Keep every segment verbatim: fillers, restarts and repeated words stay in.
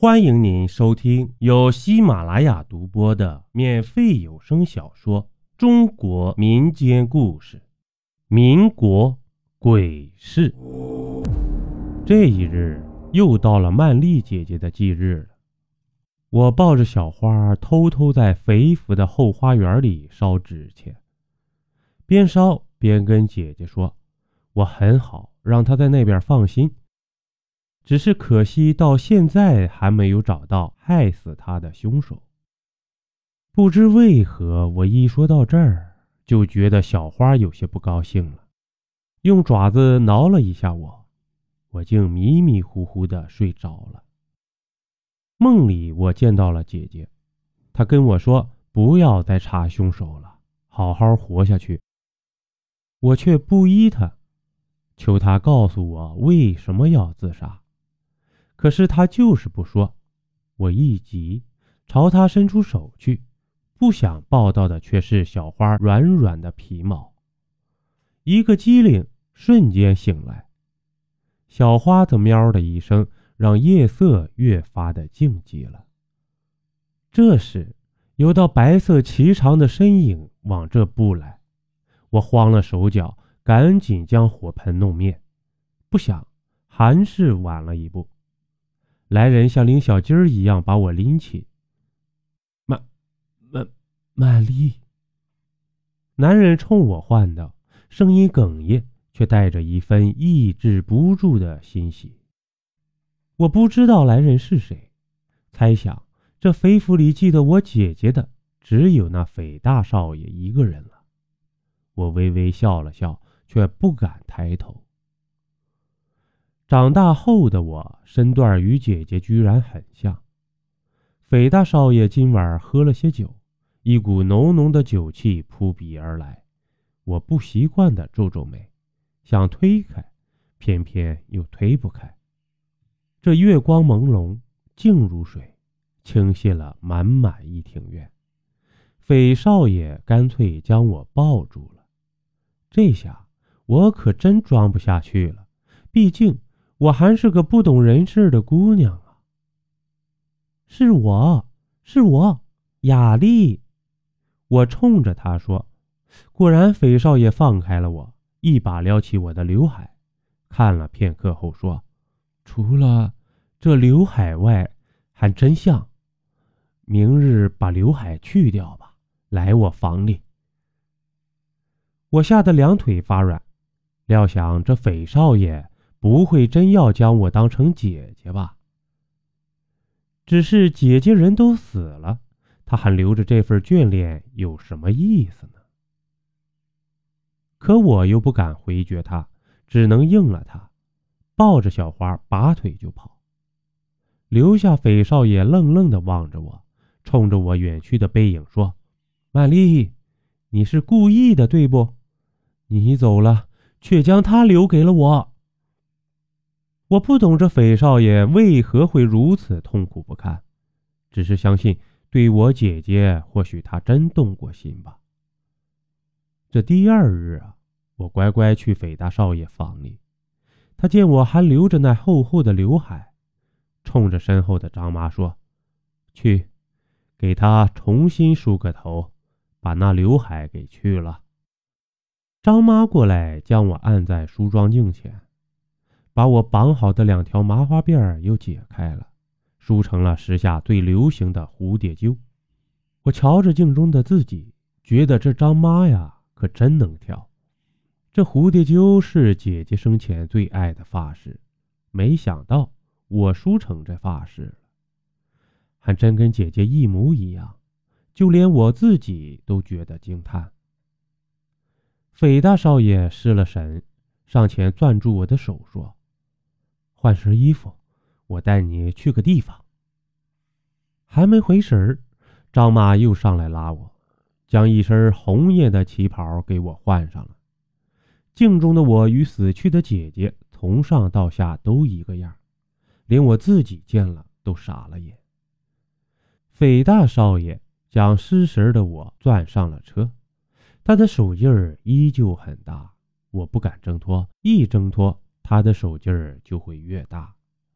欢迎您收听由喜马拉雅独播的免费有声小说《中国民间故事·民国鬼事》。这一日又到了曼丽姐姐的忌日了。我抱着小花偷偷在肥福的后花园里烧纸钱，边烧边跟姐姐说，我很好，让她在那边放心。只是可惜到现在还没有找到害死他的凶手。不知为何，我一说到这儿就觉得小花有些不高兴了，用爪子挠了一下我，我竟迷迷糊糊的睡着了。梦里我见到了姐姐，她跟我说不要再查凶手了，好好活下去。我却不依她，求她告诉我为什么要自杀。可是他就是不说，我一急，朝他伸出手去，不想抱到的却是小花软软的皮毛。一个机灵，瞬间醒来。小花子喵的一声，让夜色越发的静寂了。这时，有道白色颀长的身影往这步来，我慌了手脚，赶紧将火盆弄灭，不想还是晚了一步。来人像拎小鸡儿一样把我拎起。曼曼曼丽，男人冲我唤道，声音哽咽，却带着一份抑制不住的欣喜。我不知道来人是谁，猜想这肥府里记得我姐姐的只有那匪大少爷一个人了。我微微笑了笑，却不敢抬头。长大后的我身段与姐姐居然很像。匪大少爷今晚喝了些酒，一股浓浓的酒气扑鼻而来，我不习惯地皱皱眉，想推开，偏偏又推不开。这月光朦胧，静如水，倾泻了满满一庭院。匪少爷干脆将我抱住了。这下我可真装不下去了，毕竟我还是个不懂人事的姑娘啊。是我，是我，雅丽。我冲着他说。果然匪少爷放开了我，一把撩起我的刘海，看了片刻后说，除了这刘海外还真像，明日把刘海去掉吧，来我房里。我吓得两腿发软，料想这匪少爷不会真要将我当成姐姐吧？只是姐姐人都死了，他还留着这份眷恋有什么意思呢？可我又不敢回绝他，只能应了他，抱着小花拔腿就跑。留下匪少爷愣愣地望着我，冲着我远去的背影说，曼丽，你是故意的对不？你走了，却将他留给了我。我不懂这匪少爷为何会如此痛苦不堪，只是相信对我姐姐或许他真动过心吧。这第二日啊，我乖乖去匪大少爷房里，他见我还留着那厚厚的刘海，冲着身后的张妈说，去给他重新梳个头，把那刘海给去了。张妈过来将我按在梳妆镜前，把我绑好的两条麻花辫又解开了，梳成了时下最流行的蝴蝶揪。我瞧着镜中的自己，觉得这张妈呀可真能挑。这蝴蝶揪是姐姐生前最爱的发饰，没想到我梳成这发饰了，还真跟姐姐一模一样，就连我自己都觉得惊叹。匪大少爷失了神，上前攥住我的手说，换身衣服，我带你去个地方。还没回神儿，张妈又上来拉我，将一身红艳的旗袍给我换上了。镜中的我与死去的姐姐从上到下都一个样，连我自己见了都傻了眼。匪大少爷将失神的我攥上了车，他的手劲儿依旧很大，我不敢挣脱，一挣脱他的手劲儿就会越大。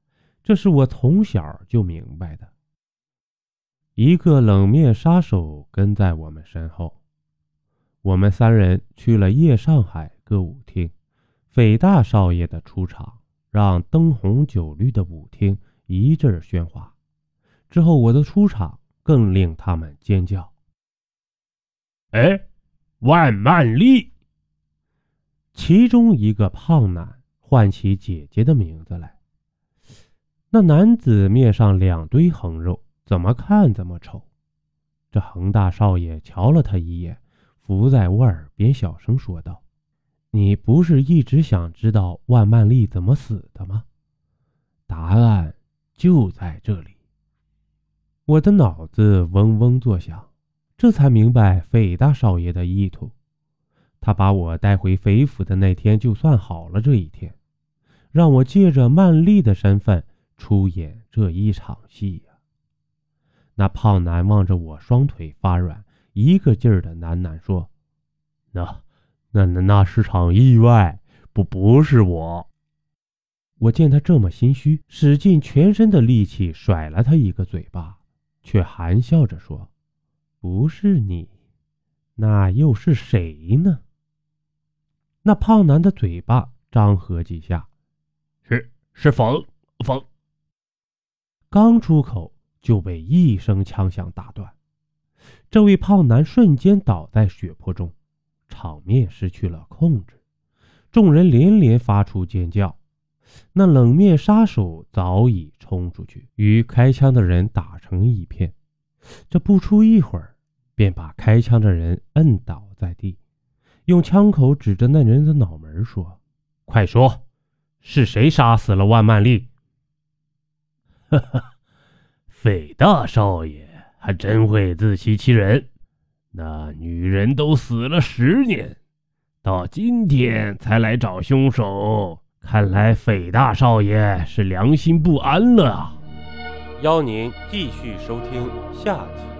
这是我从小就明白的。一个冷面杀手跟在我们身后，我们三人去了夜上海歌舞厅。匪大少爷的出场让灯红酒绿的舞厅一阵喧哗，之后我的出场更令他们尖叫。 哎，万曼丽！ 其中一个胖男唤起姐姐的名字来。那男子面上两堆横肉，怎么看怎么丑。这恒大少爷瞧了他一眼，伏在我耳边小声说道：你不是一直想知道万曼丽怎么死的吗？答案就在这里。我的脑子嗡嗡作响，这才明白匪大少爷的意图。他把我带回匪府的那天就算好了这一天，让我借着曼丽的身份出演这一场戏呀、啊。那胖男望着我双腿发软，一个劲儿的喃喃说：那那那那是场意外，不不是我。我见他这么心虚，使尽全身的力气甩了他一个嘴巴，却含笑着说：不是你，那又是谁呢？那胖男的嘴巴张合几下， 是是冯冯。 刚出口就被一声枪响打断，这位胖男瞬间倒在血泊中，场面失去了控制，众人连连发出尖叫。那冷面杀手早已冲出去，与开枪的人打成一片。这不出一会儿，便把开枪的人摁倒在地，用枪口指着那人的脑门说：快说，是谁杀死了万曼丽？ 哈哈，匪大少爷还真会自欺欺人。那女人都死了十年，到今天才来找凶手，看来匪大少爷是良心不安了。 邀您继续收听下集。